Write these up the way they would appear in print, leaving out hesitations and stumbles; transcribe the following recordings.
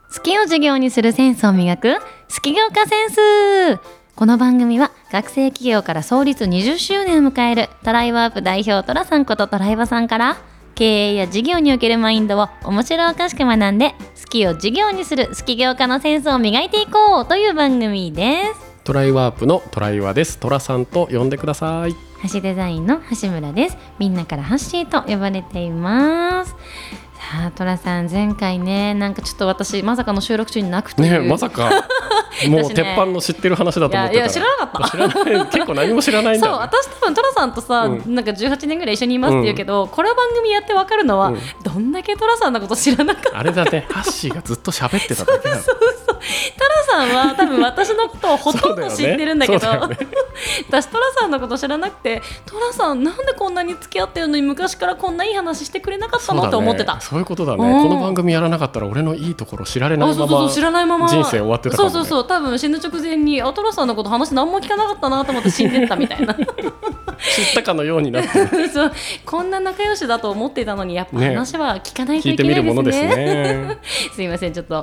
好きを授業にするセンスを磨く好き業家センス。この番組は学生企業から創立20周年を迎えるトライワープ代表トラさんことトライバさんから経営や事業におけるマインドを面白おかしく学んで好きを授業にする好き業家のセンスを磨いていこうという番組です。 トライワープのトライワです。トラさんと呼んでください。 橋デザインの橋村です。みんなからハッシーと呼ばれています。さあトラさん、前回ね、なんかちょっと私まさかの収録中になくてね、まさかもう鉄板の知ってる話だと思ってたら、 いや知らなかった。 知らない結構何も知らないんだ、ね、 そう、私多分トラさんとさ、なんか18年ぐらい一緒にいますって言うけど、これ番組やって分かるのは、どんだけトラさんのこと知らなかった。 あれだね、ハッシーがずっと喋ってただけだ。 そうトラさんは多分私のことをほとんど知ってるんだけど、私トラさんのこと知らなくて、トラさんなんでこんなに付き合ってるのに昔からこんないい話してくれなかったのって思ってた。 そういうことだね。この番組やらなかったら俺のいいところ知られないまま知らないまま人生終わってたかもね。 そう多分死ぬ直前にトラさんのこと話何も聞かなかったなと思って死んでったみたいな知ったかのようになってるそう、こんな仲良しだと思っていたのにやっぱ話は聞かないといけないですね。 聞いてみるものですねすいません、ちょっと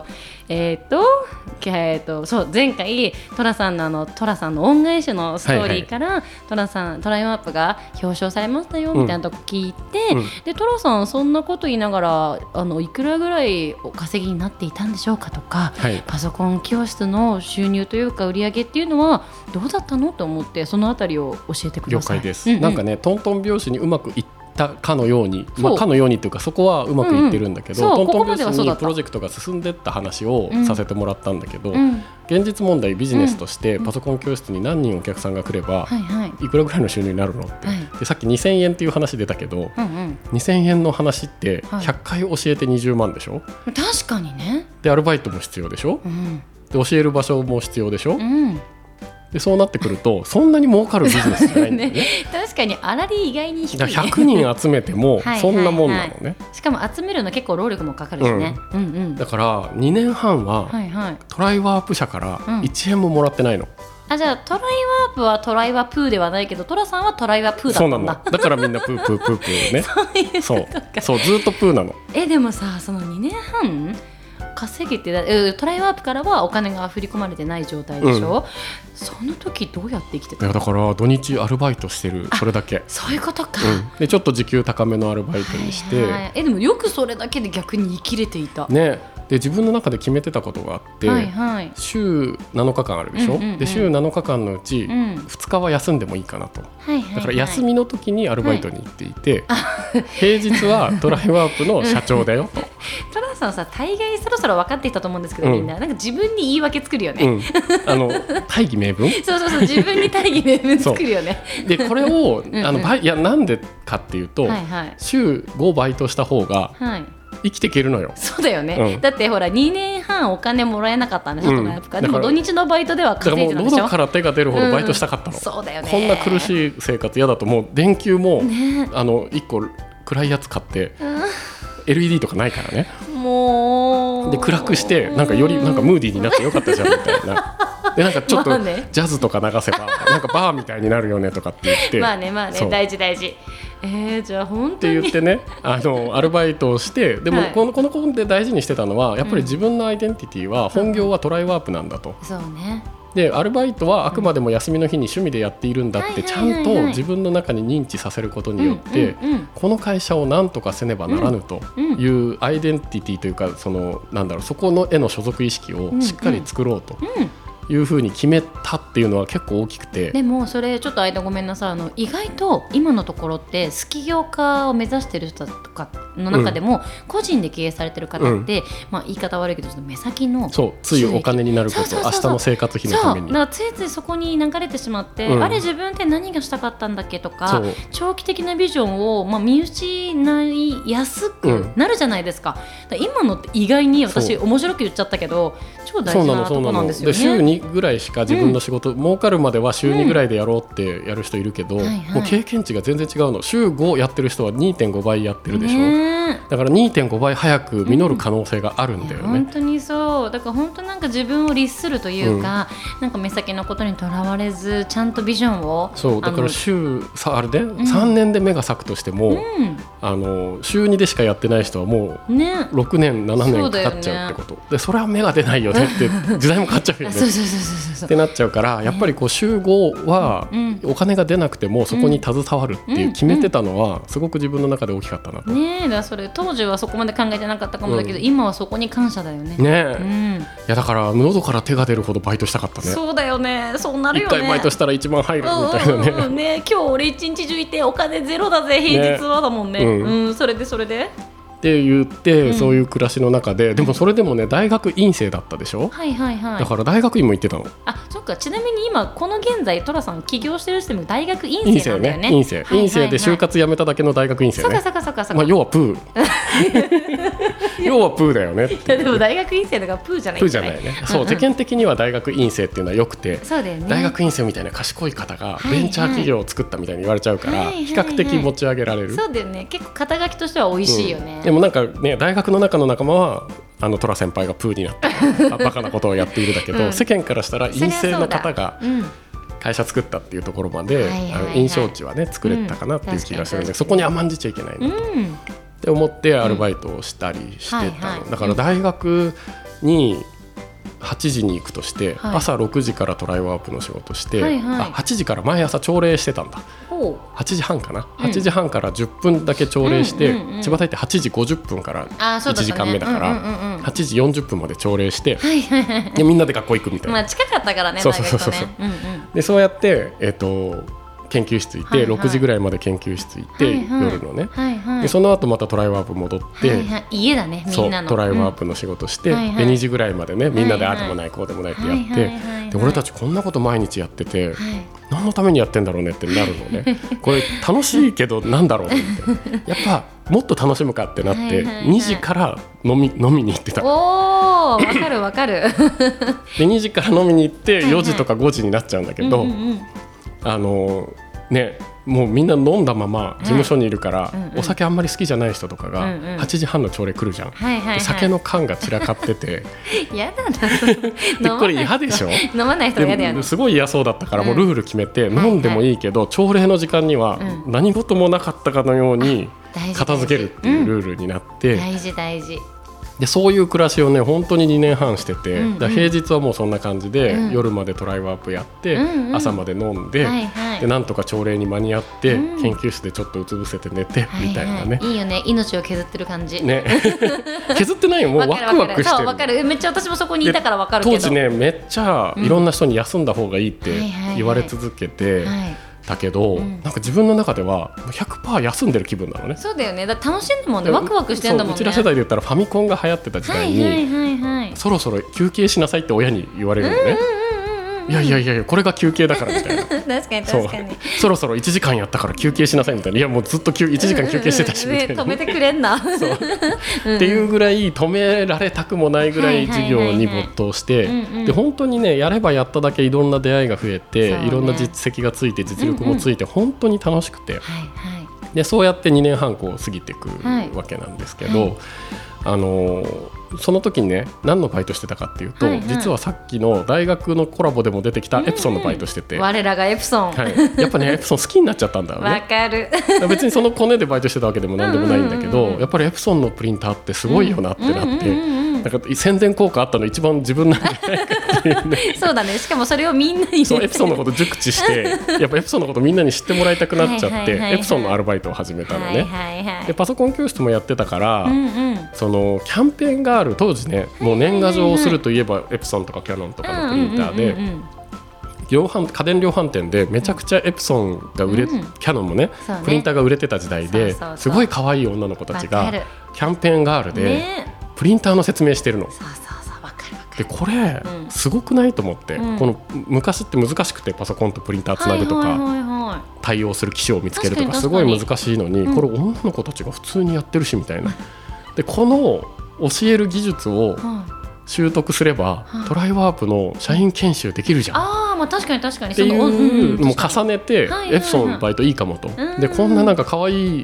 そう前回トラさんの恩返しのストーリーから、トライワープが表彰されましたよみたいなとこ聞いて、でトラさんそんなこと言いながらいくらぐらいお稼ぎになっていたんでしょうかとか、パソコン教室の収入というか売り上げっていうのはどうだったのと思って、そのあたりを教えてください。 了解です、なんかね、トントン拍子にうまくいったかのように、かのようにっていうか、そこはうまくいってるんだけど、トントン拍子にプロジェクトが進んでった話をさせてもらったんだけど、現実問題ビジネスとしてパソコン教室に何人お客さんが来れば、いくらぐらいの収入になるのって、でさっき2000円っていう話出たけど、2000円の話って100回教えて20万でしょ。 確かにね。 でアルバイトも必要でしょ、で教える場所も必要でしょ、でそうなってくるとそんなに儲かるビジネスじゃないんだよね確かに粗利意外に低い、ね、 100人集めてもそんなもんなのねしかも集めるの結構労力もかかるしね、 だから2年半はトライワープ社から1円ももらってないの、 じゃあトライワープはトライワプーではないけど、トラさんはトライワプーだったんだ。そうなの。 だからみんなプープープープーねそうずっとプーなの。 でもさ、その2年半稼げてトライワープからはお金が振り込まれてない状態でしょ、その時どうやって生きてたの？ だから土日アルバイトしてる、それだけ。 そういうことか、 でちょっと時給高めのアルバイトにして、 でもよくそれだけで逆に生きれていたね。で自分の中で決めてたことがあって、週7日間あるでしょ、で週7日間のうち2日は休んでもいいかなと、だから休みの時にアルバイトに行っていて、平日はトライワープの社長だよとトラさんさ、大概そろそろ分かっていたと思うんですけど、みんななんか自分に言い訳作るよね、 大義名分そう自分に大義名分作るよねでこれをいやなんでかっていうと、週5バイトした方が生きていけるのよ。 そうだよね、だってほら2年半お金もらえなかったんでしょ、トライワープから。でも土日のバイトでは稼いでたんでしょ。だからもう喉から手が出るほどバイトしたかったの、 そうだよね。 こんな苦しい生活嫌だと、もう電球も、1個暗いやつ買って、LED とかないからね、もうで暗くしてなんかよりなんかムーディーになってよかったじゃんみたいなでなんかちょっとジャズとか流せばなんかバーみたいになるよねとかって言ってまあね大事じゃあ本当にって言ってね、アルバイトをして、でもこの子で大事にしてたのはやっぱり自分のアイデンティティは本業はトライワープなんだと、 そうね。 でアルバイトはあくまでも休みの日に趣味でやっているんだってちゃんと自分の中に認知させることによって、この会社を何とかせねばならぬというアイデンティティというか、そこのへの所属意識をしっかり作ろうというふうに決めたっていうのは結構大きくて、 でもそれちょっと間ごめんなさい、意外と今のところって好き業家を目指してる人とかの中でも、個人で経営されてる方って、言い方悪いけどちょっと目先のついお金になること、明日の生活費のために、 だからついついそこに流れてしまって、あれ自分って何がしたかったんだっけとか、長期的なビジョンを、見失いやすくなるじゃないですか。だから今のって意外に私面白く言っちゃったけど超大事なとこなんですよね。 で週2ぐらいしか自分の仕事、儲かるまでは週2ぐらいでやろうってやる人いるけど、もう経験値が全然違うの。週5やってる人は 2.5 倍やってるでしょ。 ね、 だから 2.5 倍早く実る可能性があるんだよね、 本当にそう。だから本当なんか自分を律するというか、なんか目先のことにとらわれずちゃんとビジョンを、 そうだからあれで、3年で目が咲くとしても、週2でしかやってない人はもう6年7年かかっちゃうってこと、でそれは目が出ないよねって時代も変わっちゃうよねってなっちゃうから、やっぱりこう週5はお金が出なくてもそこに携わるっていう決めてたのはすごく自分の中で大きかったなと。 ねえ、だからそれ当時はそこまで考えてなかったかもだけど、今はそこに感謝だよね。 ねえ、いやだから喉から手が出るほどバイトしたかったね。 そうだよね、そうなるよね。 1回バイトしたら1万入るみたいなね。 今日俺一日中いてお金ゼロだぜ平日はだもんね。それでって言って、そういう暮らしの中で、でもそれでもね大学院生だったでしょ。だから大学院も行ってたの。 そっか。ちなみに今この現在トラさん起業してる人も大学院生なんだよね。 院生で就活やめただけの大学院生ね。要はプー要はプーだよねって。 いやでも大学院生だからプーじゃない。 プーじゃないね。そう世間的には大学院生っていうのはよくて、 そうだよね、 大学院生みたいな賢い方がベンチャー企業を作ったみたいに言われちゃうから、比較的持ち上げられる。 そうだよね、結構肩書きとしては美味しいよね。 でもなんかね、大学の中の仲間はトラ先輩がプーになったバカなことをやっているだけど、世間からしたら院生の方が会社作ったっていうところまで印象値はね作れたかなっていう気がするので、そこに甘んじちゃいけないなと、って思ってアルバイトをしたりしてたの。だから大学に8時に行くとして、朝6時からトライワープの仕事して、8時から毎朝朝礼してたんだ。8時半かな、8時半から10分だけ朝礼して、千葉大って8時50分から1時間目だから、8時40分まで朝礼して、でみんなで学校行くみたいな。 近かったからね。 でそうやって研究室行って、6時ぐらいまで研究室行って、夜のね、でその後またトライワープ戻って、 家だね、みんなの。 トライワープの仕事して、で2時ぐらいまでねみんなでああでもないこうでもないってやって、で俺たちこんなこと毎日やってて、何のためにやってんだろうねってなるのね。これ楽しいけどなんだろうねってやっぱもっと楽しむかってなって、2時から飲みに行ってた。 わかるで2時から飲みに行って4時とか5時になっちゃうんだけど、ね、もうみんな飲んだまま事務所にいるから、お酒あんまり好きじゃない人とかが8時半の朝礼来るじゃん。で酒の缶が散らかってて嫌だなこれ嫌でしょ。 飲まない人は嫌だよね。 すごい嫌そうだったから、もうルール決めて、飲んでもいいけど朝礼の時間には何事もなかったかのように片付けるっていうルールになって、 大事でそういう暮らしをね本当に2年半してて、だ平日はもうそんな感じで、夜までトライワープやって、朝まで飲んで、でなんとか朝礼に間に合って、研究室でちょっとうつ伏せて寝て、みたいなね。 いいよね、命を削ってる感じね削ってないよ、もうワクワクしてる。 わかる、めっちゃ私もそこにいたからわかるけど、 当時ねめっちゃいろんな人に休んだ方がいいって言われ続けてだけど、なんか自分の中では 100% 休んでる気分なのね。 そうだよね、だ楽しんでもんね、ワクワクしてんだもんね。 うちら世代で言ったらファミコンが流行ってた時代に、そろそろ休憩しなさいって親に言われるのね。いやこれが休憩だからみたいな確かにそろそろ1時間やったから休憩しなさいみたいな。いやもうずっと1時間休憩してたしみたいな、 止めてくれんなっていうぐらい止められたくもないぐらい授業に没頭して、で本当にねやればやっただけいろんな出会いが増えて、いろんな実績がついて実力もついて、本当に楽しくて、でそうやって2年半こう過ぎていくわけなんですけど、その時にね何のバイトしてたかっていうと、実はさっきの大学のコラボでも出てきたエプソンのバイトしてて、 我らがエプソン、 やっぱねエプソン好きになっちゃったんだよね。 わかる別にそのコネでバイトしてたわけでも何でもないんだけど、やっぱりエプソンのプリンターってすごいよなってなって、なんか宣伝効果あったの一番自分なんじゃないかっていうねそうだね、しかもそれをみんなにそうエプソンのこと熟知してやっぱエプソンのことみんなに知ってもらいたくなっちゃって、エプソンのアルバイトを始めたのね。でパソコン教室もやってたから、そのキャンペーンがある当時ね、もう年賀状をするといえばエプソンとかキヤノンとかのプリンターで、家電量販店でめちゃくちゃエプソンが売れ、キヤノンもねプリンターが売れてた時代で、すごい可愛い女の子たちがキャンペーンガールでプリンターの説明してるの。でこれすごくないと思って、この昔って難しくてパソコンとプリンターつなぐとか対応する機種を見つけるとかすごい難しいのに、これ女の子たちが普通にやってるしみたいな。でこの教える技術を習得すれば、トライワープの社員研修できるじゃん。 まあ確かにっていうのも重ねて、エプソンのバイトいいかもと。でこんななんか可愛い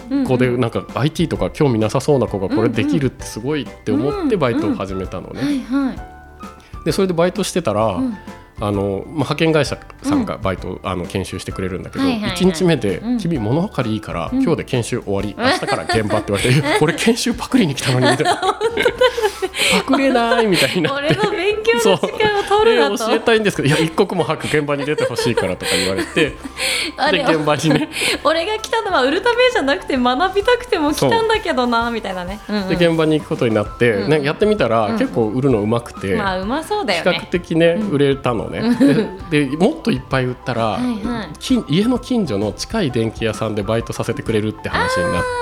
子でなんか IT とか興味なさそうな子がこれできるってすごいって思ってバイトを始めたのね。でそれでバイトしてたら、派遣会社さんがバイト、研修してくれるんだけど、1日目で、君物分かりいいから、今日で研修終わり、明日から現場って言われて俺研修パクリに来たのにみたいなパクれないみたいになって俺の勉強の時間を取るなと教えたいんですけど、いや一刻も早く現場に出てほしいからとか言われてで現場にね俺が来たのは売るためじゃなくて学びたくても来たんだけどなみたいなね、 で現場に行くことになって、やってみたら、結構売るのうまくて、 まあうまそうだよね、 比較的ね、売れたのね。でもっといっぱい売ったら、家の近所の近い電気屋さんでバイトさせてくれるって話になって、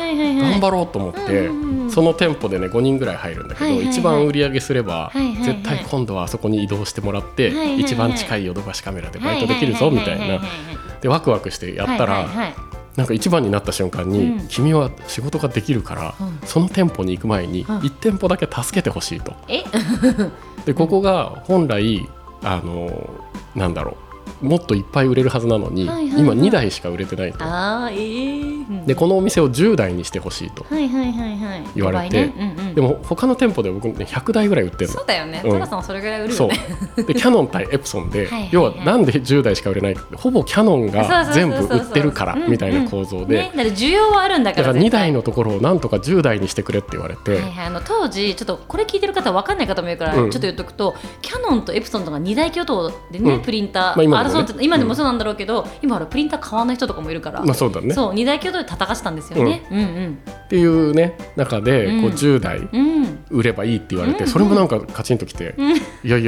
頑張ろうと思って、その店舗でね5人ぐらい入るんだけど、一番売り上げすれば、絶対今度はあそこに移動してもらって、一番近いヨドバシカメラでバイトできるぞみたいなでワクワクしてやったら、なんか一番になった瞬間に、君は仕事ができるから、その店舗に行く前に1店舗だけ助けてほしいと。でここが本来なんだろう、もっといっぱい売れるはずなのに、今2台しか売れてないと。でこのお店を10台にしてほしいと言われて、でも他の店舗で僕100台ぐらい売ってるの。 そうだよね、トラさんはそれぐらい売るよね。 そうでキヤノン対エプソンで要はなんで10台しか売れないかって、ほぼキヤノンが全部売ってるからみたいな構造で、 だから需要はあるんだから、 だから2台のところをなんとか10台にしてくれって言われて、 当時ちょっとこれ聞いてる方分かんない方もいるから、ちょっと言っとくと、キヤノンとエプソンとか2大巨頭でね、プリンター争って、今でもそうなんだろうけど、今はプリンター買わない人とかもいるから、 そうだね、そう 2大巨頭で戦したんですよね。 っていうね中でこう10台売ればいいって言われて、それもなんかカチンときて、いや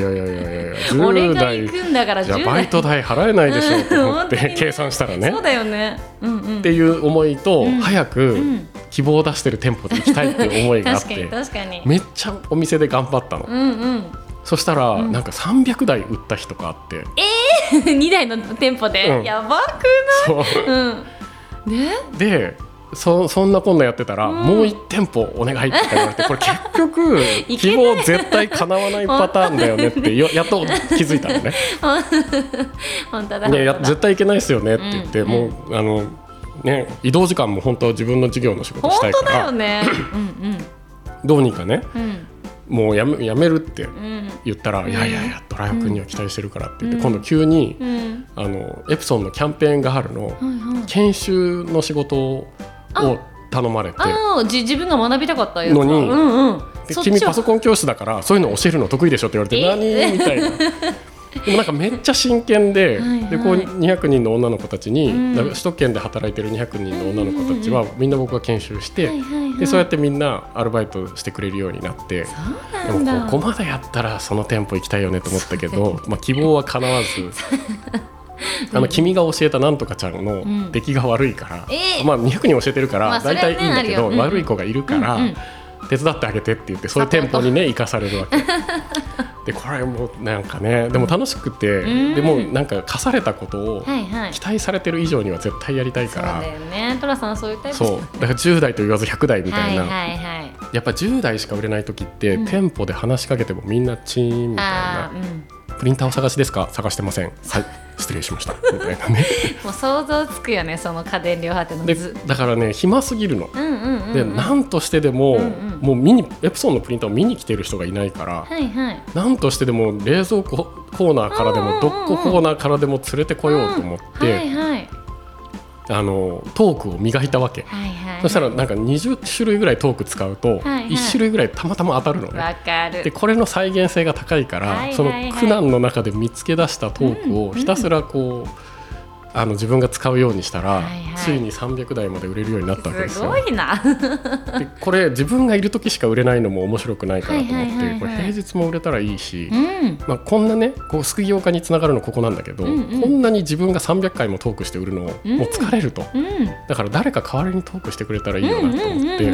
10台じゃバイト代払えないでしょと思って計算したらね、 そうだよね、 っていう思いと、早く希望を出してる店舗で行きたいっていう思いがあってめっちゃお店で頑張ったの。そしたらなんか300台売った日とかあって、 2台の店舗で、やばくない？でそんなこんなやってたら、もう1店舗お願いって言われて、これ結局希望絶対叶わないパターンだよねってやっと気づいたのね。 本当だ、 絶対いけないですよねって言って、もう移動時間も本当は自分の事業の仕事したいから、 本当だよね、 どうにかね、もうやめるって言ったら、いやドライオ君には期待してるからって言って、今度急に、エプソンのキャンペーンガールの研修の仕事を頼まれて、 自分が学びたかったやつのに、君パソコン教室だからそういうの教えるの得意でしょって言われて、何みたいな。でもなんかめっちゃ真剣で、でこう200人の女の子たちに、首都圏で働いてる200人の女の子たちはみんな僕が研修して、でそうやってみんなアルバイトしてくれるようになって、でもここまでやったらその店舗行きたいよねと思ったけど、希望は叶わず君が教えたなんとかちゃんの出来が悪いから、200人教えてるから大体いいんだけど、悪い子がいるから手伝ってあげてって言って、そういう店舗にね行かされるわけで、これもなんかね、でも楽しくて、でもなんか課されたことを期待されてる以上には絶対やりたいから、 そうだよね、トラさんそういうタイプそうだから10台と言わず100台みたいな、やっぱ10台しか売れない時って、店舗で話しかけてもみんなチーンみたいな、プリンターお探しですか？探してません。はい、失礼しましたみたいなね。 もう想像つくよね、その家電量販店のでだからね、暇すぎるの、で何としてでも、もうエプソンのプリンターを見に来てる人がいないから、何としてでも冷蔵庫コーナーからでもどこコーナーからでも連れてこようと思って、トークを磨いたわけ、そしたらなんか20種類ぐらいトーク使うと、1種類ぐらいたまたま当たるのね。 わかる。 でこれの再現性が高いから、その苦難の中で見つけ出したトークをひたすらこう、自分が使うようにしたら、ついに300台まで売れるようになったわけですよ。 すごいな。 でこれ自分がいる時しか売れないのも面白くないかなと思って、これ平日も売れたらいいし、こんなねこう副業家につながるのここなんだけど、こんなに自分が300回もトークして売るのもう疲れると、だから誰か代わりにトークしてくれたらいいよなと思って、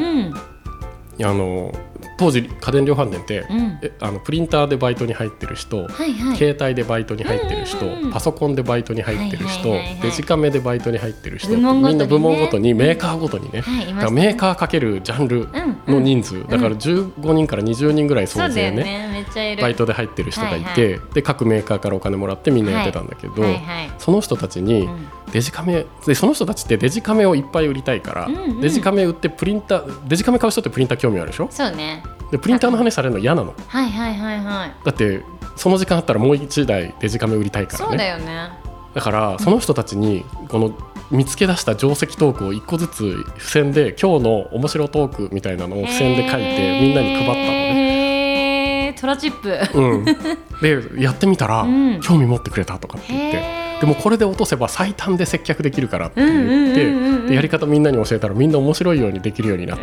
当時家電量販店って、プリンターでバイトに入ってる人、携帯でバイトに入ってる人、パソコンでバイトに入ってる人、デジカメでバイトに入ってる人、みんな部門ごとにメーカーごとにね、だからメーカーかけるジャンルの人数、だから15人から20人ぐらい総勢ね、バイトで入ってる人がいて、で各メーカーからお金もらってみんなやってたんだけど、その人たちにデジカメで、その人たちってデジカメをいっぱい売りたいから、デジカメ売ってデジカメ買う人ってプリンター興味あるでしょ。 そうね。 でプリンターの話されるの嫌なの。 はいはいはいはい。 だってその時間あったらもう1台デジカメ売りたいからね。 そうだよね。 だからその人たちにこの見つけ出した定石トークを1個ずつ付箋で今日の面白トークみたいなのを付箋で書いてみんなに配ったのね。 トラチップ、 でやってみたら、興味持ってくれたとかって言って、でもこれで落とせば最短で接客できるからって言って、でやり方みんなに教えたらみんな面白いようにできるようになって、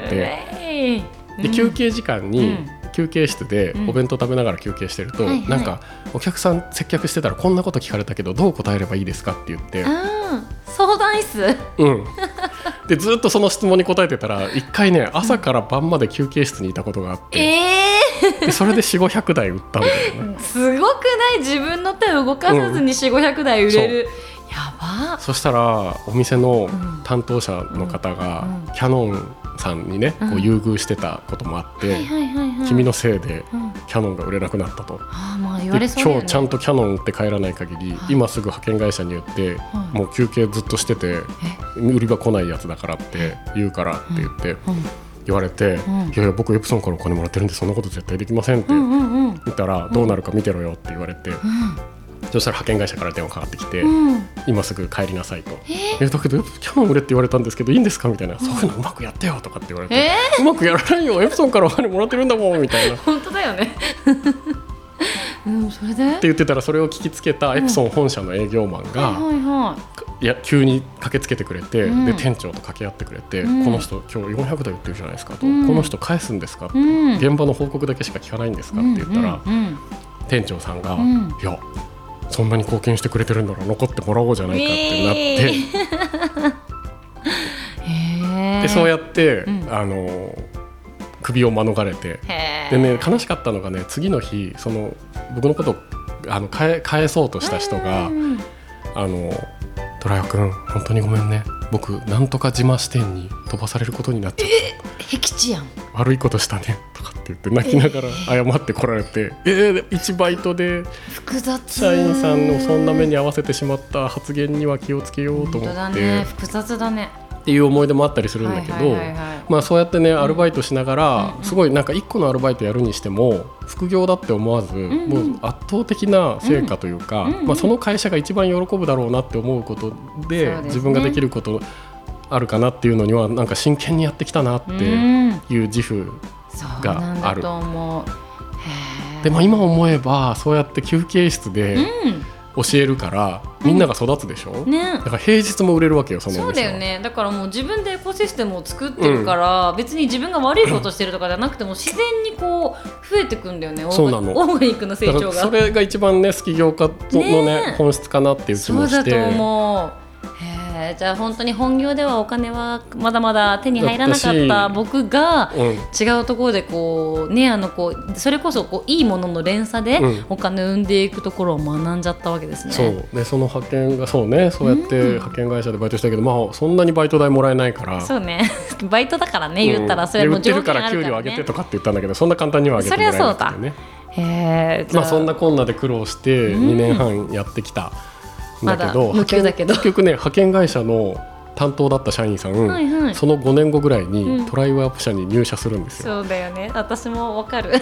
で休憩時間に、休憩室でお弁当食べながら休憩してると、なんかお客さん接客してたらこんなこと聞かれたけどどう答えればいいですかって言って、 相談室、 でずっとその質問に答えてたら一回ね朝から晩まで休憩室にいたことがあって、でそれで 4,500 台売ったんだよね。 すごくない？自分の手を動かさずに 4,500 台売れる、やば。 そしたらお店の担当者の方がキヤノンさんにね、こう優遇してたこともあって、君のせいでキヤノンが売れなくなったと。で今日ちゃんとキヤノン売って帰らない限り、今すぐ派遣会社に言って、もう休憩ずっとしてて売り場来ないやつだからって言うからって言って言われて、いやいや僕エプソンからお金もらってるんでそんなこと絶対できませんって言ったら、どうなるか見てろよって言われて、そしたら派遣会社から電話かかってきて、今すぐ帰りなさいと。だけどキヤノン売れって言われたんですけどいいんですかみたいな、そういうのうまくやってよとかって言われて、うまくやらないよエプソンからお金もらってるんだもんみたいな。 本当だよねそれでって言ってたら、それを聞きつけたエプソン本社の営業マンが、いや急に駆けつけてくれて、で店長と掛け合ってくれて、この人今日400台売ってるじゃないですかと、この人返すんですかって、現場の報告だけしか聞かないんですかって言ったら、店長さんが、いやそんなに貢献してくれてるんだら残ってもらおうじゃないかってなって、でそうやって、首を免れて、でね悲しかったのがね、次の日その僕のことを返そうとした人が、トラヤ君本当にごめんね、僕なんとか島支店に飛ばされることになっちゃった、 僻地やん、 悪いことしたねとかって言って泣きながら謝ってこられて、1バイトで複雑、 社員さんのそんな目に合わせてしまった発言には気をつけようと思って、 本当だね、複雑だねっていう思い出もあったりするんだけど、まあそうやってねアルバイトしながら、すごいなんか1個のアルバイトやるにしても副業だって思わず、もう圧倒的な成果というか、まあその会社が一番喜ぶだろうなって思うことで、自分ができることあるかなっていうのにはなんか真剣にやってきたなっていう自負がある。でも今思えばそうやって休憩室で教えるからみんなが育つでしょ、だから平日も売れるわけよ、そのお店は。 そうだよね。だからもう自分でエコシステムを作ってるから、別に自分が悪いことしてるとかじゃなくても自然にこう増えてくんだよね。 そうなの、 オーガニックの成長が。 それが一番ね、好き業家のね本質かなっていう気もして。 そうだと思う。じゃあ本当に本業ではお金はまだまだ手に入らなかった僕が、違うところでこう、ね、それこそこういいものの連鎖でお金を生んでいくところを学んじゃったわけですね。 そうで、その派遣がそうやって派遣会社でバイトしたけど、まあそんなにバイト代もらえないから。 そうねバイトだからね、言ったらそれも条件あるからね。 言ってるから給料上げてとかって言ったんだけど、そんな簡単には上げてもらえなくてね。まあそんなこんなで苦労して2年半やってきただけど、 無給だけど結局ね、派遣会社の担当だった社員さん、その5年後ぐらいにトライワープ社に入社するんですよ。 そうだよね、私も分かるい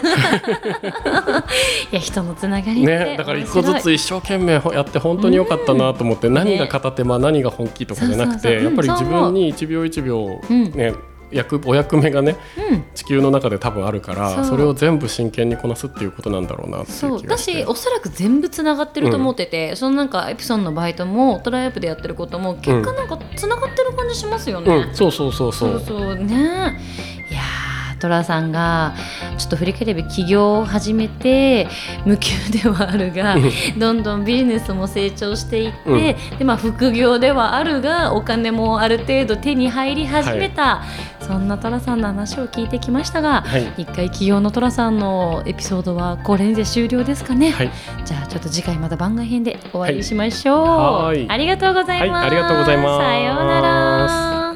や、人のつながりってね、だから一個ずつ一生懸命やって本当に良かったなと思って、何が片手間、何が本気とかじゃなくて、やっぱり自分に1秒1秒ね、お役目がね、地球の中で多分あるから、それを全部真剣にこなすっていうことなんだろうなっていう気がして。 だし、おそらく全部つながってると思ってて、そのなんかエプソンのバイトもトライアップでやってることも結果なんかつながってる感じしますよね。 そうね。いやトラさんがちょっと振り返れば起業を始めて無給ではあるがどんどんビジネスも成長していって、で副業ではあるがお金もある程度手に入り始めた、そんなトラさんの話を聞いてきましたが、一回起業のトラさんのエピソードはこれで終了ですかね。じゃあちょっと次回また番外編でお会いしましょう。ありがとうございます。 ありがとうございます。 さようなら。